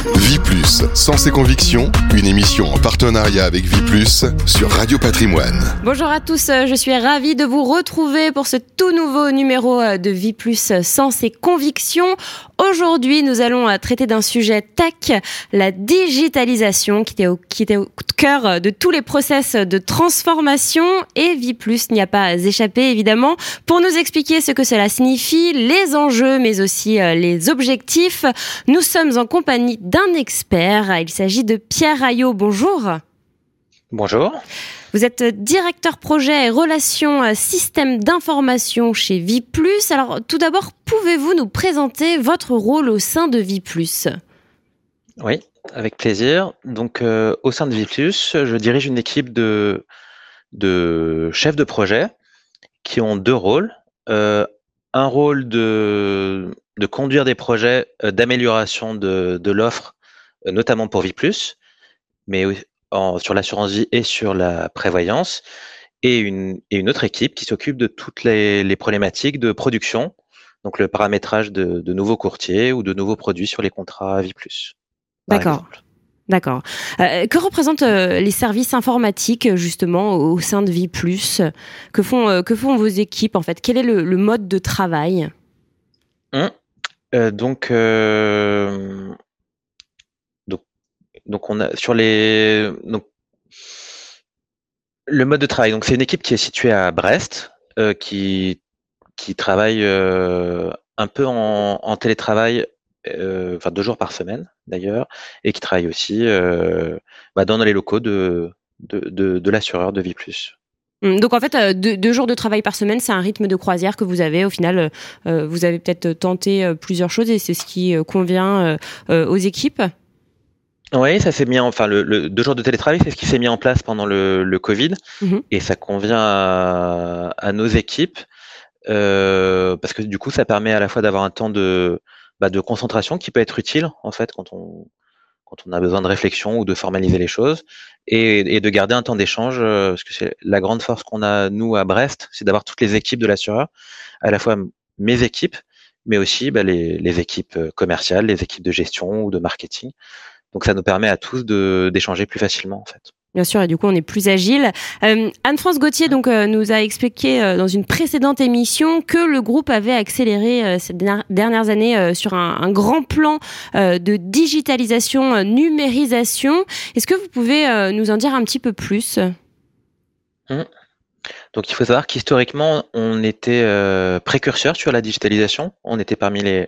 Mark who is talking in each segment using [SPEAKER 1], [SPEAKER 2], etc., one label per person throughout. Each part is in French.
[SPEAKER 1] Vie Plus, Sens et Convictions, une émission en partenariat avec Vie Plus sur Radio Patrimoine.
[SPEAKER 2] Bonjour à tous, je suis ravie de vous retrouver pour ce tout nouveau numéro de Vie Plus, Sens et Convictions. Aujourd'hui, nous allons traiter d'un sujet tech, la digitalisation qui était au cœur de tous les process de transformation, et Vie Plus n'y a pas échappé évidemment. Pour nous expliquer ce que cela signifie, les enjeux mais aussi les objectifs, nous sommes en compagnie d'un expert. Il s'agit de Pierre Ayot. Bonjour.
[SPEAKER 3] Bonjour.
[SPEAKER 2] Vous êtes directeur projet et relations système d'information chez Vie Plus. Alors tout d'abord, pouvez-vous nous présenter votre rôle au sein de Vie Plus ?
[SPEAKER 3] Oui, avec plaisir. Donc au sein de Vie Plus, je dirige une équipe de chefs de projet qui ont deux rôles. Un rôle de conduire des projets d'amélioration de l'offre, notamment pour Vie Plus, mais sur l'assurance vie et sur la prévoyance, et une autre équipe qui s'occupe de toutes les problématiques de production, donc le paramétrage de nouveaux courtiers ou de nouveaux produits sur les contrats Vie Plus.
[SPEAKER 2] D'accord. Que représentent les services informatiques justement au sein de Vie Plus ? Que font vos équipes en fait ? Quel est le mode de travail ?
[SPEAKER 3] Donc on a le mode de travail. Donc c'est une équipe qui est située à Brest, qui travaille un peu en télétravail, 2 jours par semaine d'ailleurs, et qui travaille aussi dans les locaux de l'assureur de Vie Plus.
[SPEAKER 2] Donc en fait, 2 jours de travail par semaine, c'est un rythme de croisière que vous avez. Au final, vous avez peut-être tenté plusieurs choses et c'est ce qui convient aux équipes.
[SPEAKER 3] Oui, ça s'est mis le 2 jours de télétravail, c'est ce qui s'est mis en place pendant le Covid, et ça convient à nos équipes parce que du coup, ça permet à la fois d'avoir un temps de concentration qui peut être utile en fait quand on a besoin de réflexion ou de formaliser les choses, et de garder un temps d'échange, parce que c'est la grande force qu'on a nous à Brest, c'est d'avoir toutes les équipes de l'assureur, à la fois mes équipes, mais aussi les équipes commerciales, les équipes de gestion ou de marketing. Donc ça nous permet à tous d'échanger plus facilement en fait.
[SPEAKER 2] Bien sûr, et du coup on est plus agile. Anne-France Gauthier nous a expliqué dans une précédente émission que le groupe avait accéléré ces dernières années sur un grand plan de digitalisation, numérisation. Est-ce que vous pouvez nous en dire un petit peu plus ?
[SPEAKER 3] Donc il faut savoir qu'historiquement on était précurseur sur la digitalisation. On était parmi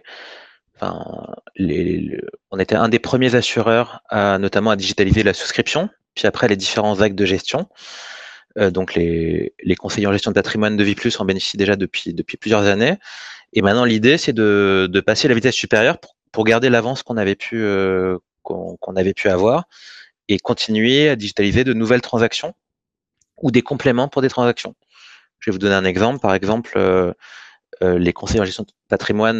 [SPEAKER 3] on était un des premiers assureurs notamment à digitaliser la souscription, puis après les différents actes de gestion. Donc les conseillers en gestion de patrimoine de Vie Plus en bénéficient déjà depuis plusieurs années. Et maintenant l'idée c'est de passer à la vitesse supérieure pour garder l'avance qu'on avait pu avoir et continuer à digitaliser de nouvelles transactions ou des compléments pour des transactions. Je vais vous donner un exemple. Par exemple, les conseillers en gestion de patrimoine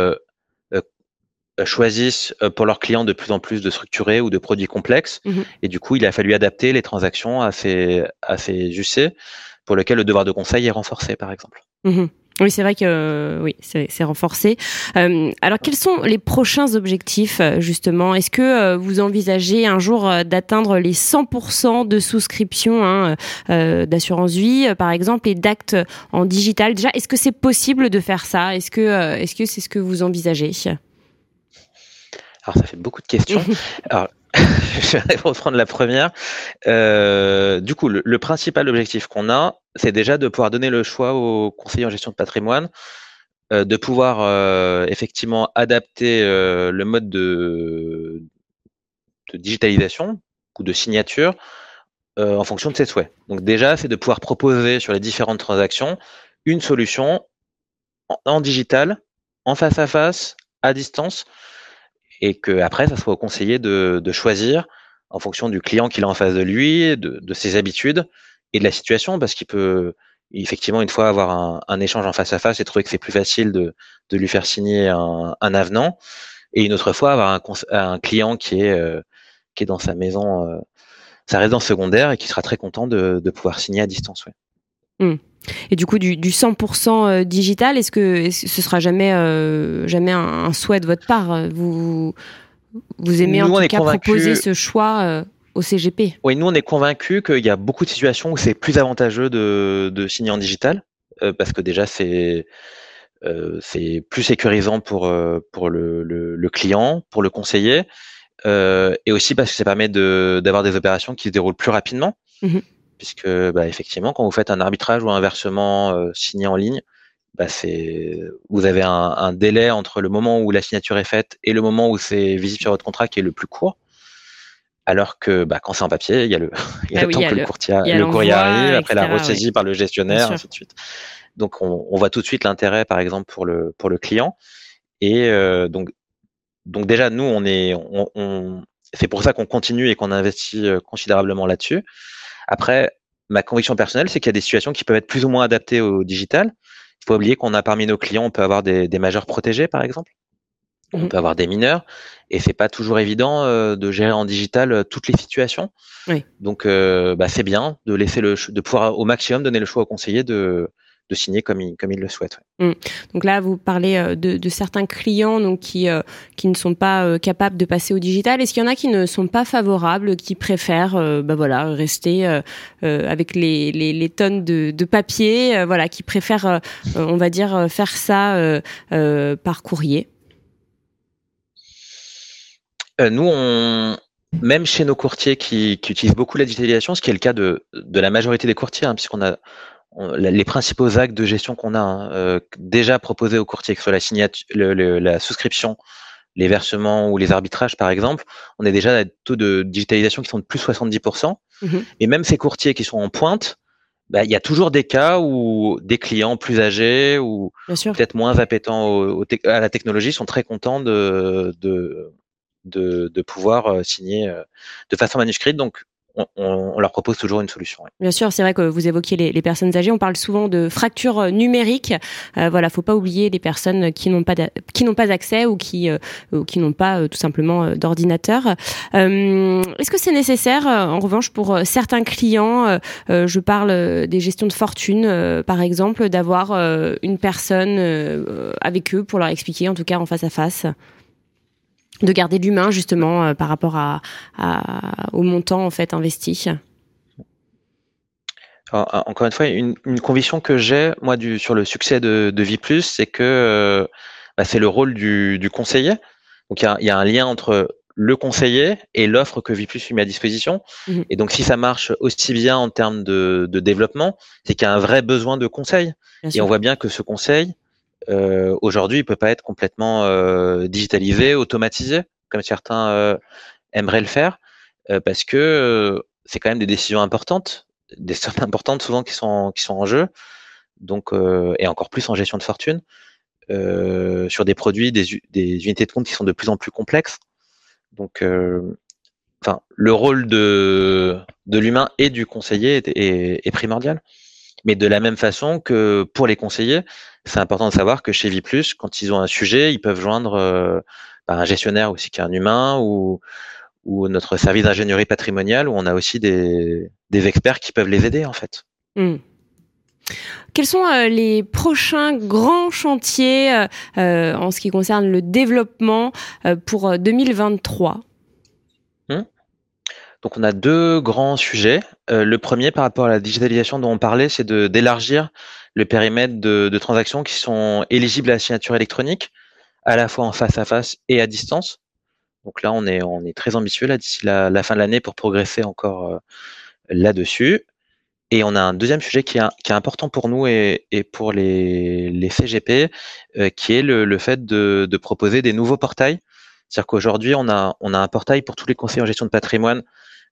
[SPEAKER 3] choisissent pour leurs clients de plus en plus de structurés ou de produits complexes, et du coup il a fallu adapter les transactions à ces UC pour lesquels le devoir de conseil est renforcé par exemple.
[SPEAKER 2] Oui, c'est vrai que c'est renforcé. Alors quels sont les prochains objectifs justement ? Est-ce que vous envisagez un jour d'atteindre les 100% de souscription d'assurance vie par exemple, et d'actes en digital ? Déjà, est-ce que c'est possible de faire ça ? Est-ce que c'est ce que vous envisagez ?
[SPEAKER 3] Alors ça fait beaucoup de questions. Alors je vais reprendre la première. Du coup, le principal objectif qu'on a, c'est déjà de pouvoir donner le choix aux conseillers en gestion de patrimoine, de pouvoir effectivement adapter le mode de digitalisation ou de signature en fonction de ses souhaits. Donc déjà, c'est de pouvoir proposer sur les différentes transactions une solution en digital, en face à face, à distance, et que après ça soit au conseiller de choisir en fonction du client qu'il a en face de lui, de ses habitudes et de la situation, parce qu'il peut effectivement une fois avoir un échange en face à face et trouver que c'est plus facile de lui faire signer un avenant, et une autre fois avoir un client qui est dans sa maison, sa résidence secondaire, et qui sera très content de pouvoir signer à distance. Ouais.
[SPEAKER 2] Et du coup, du 100% digital, est-ce que ce sera jamais un souhait de votre part ? Vous aimez en tout cas proposer ce choix au CGP.
[SPEAKER 3] Oui, nous on est convaincus qu'il y a beaucoup de situations où c'est plus avantageux de signer en digital, parce que déjà c'est plus sécurisant pour le client, pour le conseiller, et aussi parce que ça permet d'avoir des opérations qui se déroulent plus rapidement, puisque effectivement, quand vous faites un arbitrage ou un versement signé en ligne, vous avez un délai entre le moment où la signature est faite et le moment où c'est visible sur votre contrat qui est le plus court. Alors que quand c'est en papier, il y a le temps que le courrier arrive, après la ressaisie par le gestionnaire, ainsi de suite. Donc on voit tout de suite l'intérêt, par exemple, pour le client. Et donc déjà nous c'est pour ça qu'on continue et qu'on investit considérablement là-dessus. Après, ma conviction personnelle, c'est qu'il y a des situations qui peuvent être plus ou moins adaptées au digital. Il faut pas oublier qu'on a parmi nos clients, on peut avoir des majeurs protégés, par exemple. On peut avoir des mineurs, et c'est pas toujours évident de gérer en digital toutes les situations.
[SPEAKER 2] Oui.
[SPEAKER 3] Donc c'est bien de laisser de pouvoir au maximum donner le choix au conseiller de signer comme il le souhaite. Ouais.
[SPEAKER 2] Donc là, vous parlez de certains clients donc qui ne sont pas capables de passer au digital. Est-ce qu'il y en a qui ne sont pas favorables, qui préfèrent rester avec les tonnes de papier, qui préfèrent on va dire faire ça par courrier?
[SPEAKER 3] Nous, même chez nos courtiers qui utilisent beaucoup la digitalisation, ce qui est le cas de la majorité des courtiers, puisqu'on a les principaux actes de gestion qu'on a déjà proposés aux courtiers, que ce soit la signature, la souscription, les versements ou les arbitrages, par exemple, on est déjà à des taux de digitalisation qui sont de plus 70%. Et même ces courtiers qui sont en pointe, il y a toujours des cas où des clients plus âgés ou peut-être moins appétents à la technologie sont très contents de pouvoir signer de façon manuscrite. Donc, on leur propose toujours une solution. Ouais.
[SPEAKER 2] Bien sûr, c'est vrai que vous évoquiez les personnes âgées. On parle souvent de fracture numérique. Faut pas oublier les personnes qui n'ont pas accès ou qui n'ont pas tout simplement d'ordinateur. Est-ce que c'est nécessaire, en revanche, pour certains clients, je parle des gestions de fortune, par exemple, d'avoir une personne avec eux pour leur expliquer, en tout cas en face à face? De garder l'humain justement par rapport au montant en fait investi.
[SPEAKER 3] Alors, encore une fois, une conviction que j'ai moi sur le succès de Viplus, c'est que c'est le rôle du conseiller. Donc il y a un lien entre le conseiller et l'offre que Viplus lui met à disposition. Et donc si ça marche aussi bien en termes de développement, c'est qu'il y a un vrai besoin de conseil. Et on voit bien que ce conseil aujourd'hui, il peut pas être complètement digitalisé, automatisé, comme certains aimeraient le faire, parce que c'est quand même des décisions importantes, des sommes importantes souvent qui sont en jeu, donc et encore plus en gestion de fortune, sur des produits, des unités de compte qui sont de plus en plus complexes. Donc, le rôle de l'humain et du conseiller est primordial. Mais de la même façon que pour les conseillers, c'est important de savoir que chez Viplus, quand ils ont un sujet, ils peuvent joindre un gestionnaire aussi qui est un humain ou notre service d'ingénierie patrimoniale où on a aussi des experts qui peuvent les aider en fait.
[SPEAKER 2] Quels sont les prochains grands chantiers en ce qui concerne le développement pour 2023 ?
[SPEAKER 3] Donc on a deux grands sujets. Le premier, par rapport à la digitalisation dont on parlait, c'est d'élargir le périmètre de transactions qui sont éligibles à la signature électronique, à la fois en face à face et à distance. Donc là, on est très ambitieux là d'ici la fin de l'année pour progresser encore là-dessus. Et on a un deuxième sujet qui est important pour nous et pour les CGP, qui est le fait de proposer des nouveaux portails. C'est-à-dire qu'aujourd'hui, on a un portail pour tous les conseillers en gestion de patrimoine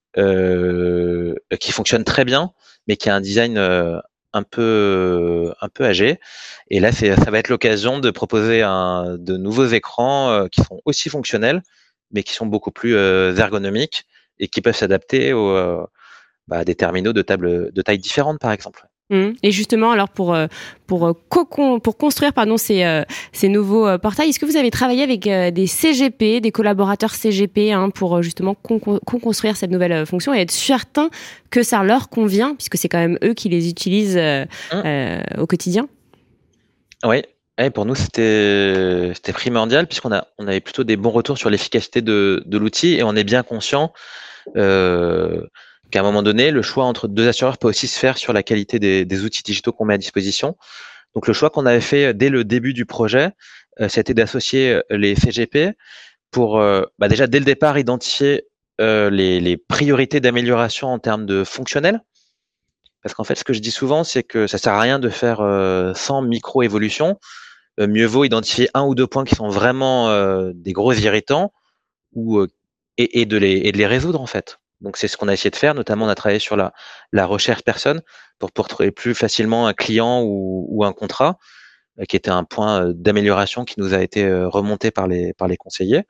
[SPEAKER 3] qui fonctionne très bien, mais qui a un design un peu âgé. Et là, ça va être l'occasion de proposer de nouveaux écrans qui sont aussi fonctionnels, mais qui sont beaucoup plus ergonomiques et qui peuvent s'adapter à des terminaux de taille différente, par exemple.
[SPEAKER 2] Et justement, alors pour construire ces nouveaux portails, est-ce que vous avez travaillé avec des CGP, des collaborateurs CGP, pour justement construire cette nouvelle fonction et être certain que ça leur convient, puisque c'est quand même eux qui les utilisent au quotidien?
[SPEAKER 3] Oui. Ouais, pour nous, c'était primordial puisqu'on avait plutôt des bons retours sur l'efficacité de l'outil et on est bien conscient qu'à un moment donné, le choix entre deux assureurs peut aussi se faire sur la qualité des outils digitaux qu'on met à disposition. Donc le choix qu'on avait fait dès le début du projet, c'était d'associer les CGP pour déjà dès le départ identifier les priorités d'amélioration en termes de fonctionnel. Parce qu'en fait, ce que je dis souvent, c'est que ça sert à rien de faire 100 micro-évolutions. Mieux vaut identifier 1 ou 2 points qui sont vraiment des gros irritants et de les résoudre en fait. Donc c'est ce qu'on a essayé de faire, notamment on a travaillé sur la recherche personne pour trouver plus facilement un client ou un contrat, qui était un point d'amélioration qui nous a été remonté par les conseillers.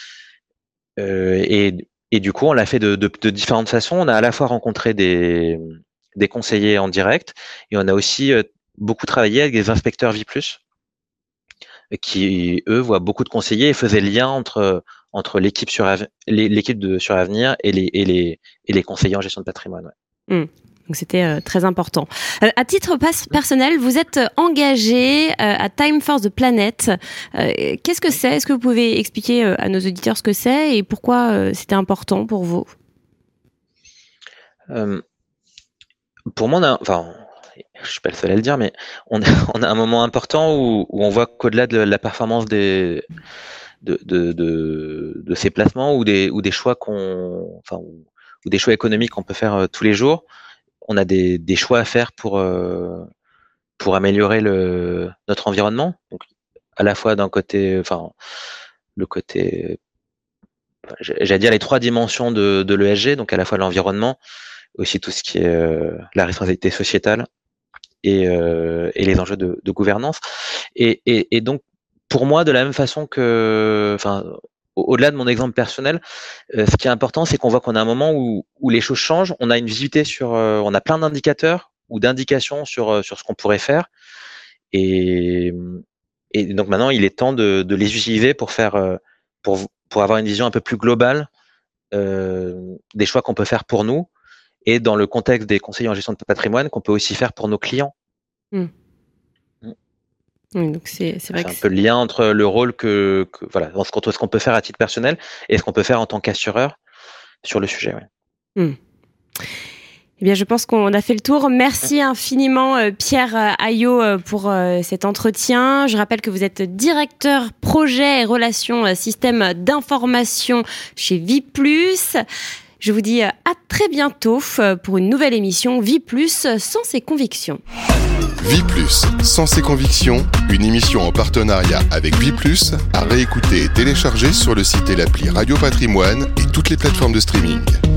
[SPEAKER 3] Et du coup, on l'a fait de différentes façons. On a à la fois rencontré des conseillers en direct et on a aussi beaucoup travaillé avec des inspecteurs Vie+, qui, eux, voient beaucoup de conseillers et faisaient le lien entre l'équipe de Suravenir et les conseillers en gestion de patrimoine. Ouais.
[SPEAKER 2] Donc c'était très important. À titre personnel, vous êtes engagé à Time for the Planet. Qu'est-ce que c'est ? Est-ce que vous pouvez expliquer à nos auditeurs ce que c'est et pourquoi c'était important pour vous ?
[SPEAKER 3] Pour moi, je suis pas le seul à le dire, mais on a un moment important où on voit qu'au-delà de la performance de ces placements ou des choix ou des choix économiques qu'on peut faire tous les jours, on a des choix à faire pour améliorer notre environnement. Donc, à la fois d'un côté, le côté, j'allais dire les 3 dimensions de l'ESG, donc à la fois l'environnement, aussi tout ce qui est la responsabilité sociétale et les enjeux de gouvernance. Et donc, pour moi, de la même façon que, au-delà de mon exemple personnel, ce qui est important, c'est qu'on voit qu'on a un moment où les choses changent. On a une visibilité on a plein d'indicateurs ou d'indications sur ce qu'on pourrait faire. Et donc maintenant, il est temps de les utiliser pour avoir une vision un peu plus globale des choix qu'on peut faire pour nous et dans le contexte des conseillers en gestion de patrimoine qu'on peut aussi faire pour nos clients.
[SPEAKER 2] Donc c'est vrai
[SPEAKER 3] un peu le lien entre le rôle entre ce qu'on peut faire à titre personnel et ce qu'on peut faire en tant qu'assureur sur le sujet. Ouais.
[SPEAKER 2] Eh bien, je pense qu'on a fait le tour. Merci infiniment, Pierre Ayot, pour cet entretien. Je rappelle que vous êtes directeur projet et relations système d'information chez Vie+. Je vous dis à très bientôt pour une nouvelle émission Vie+, sans ses convictions.
[SPEAKER 1] Vie+, sans ses convictions, une émission en partenariat avec Vie+, à réécouter et télécharger sur le site et l'appli Radio Patrimoine et toutes les plateformes de streaming.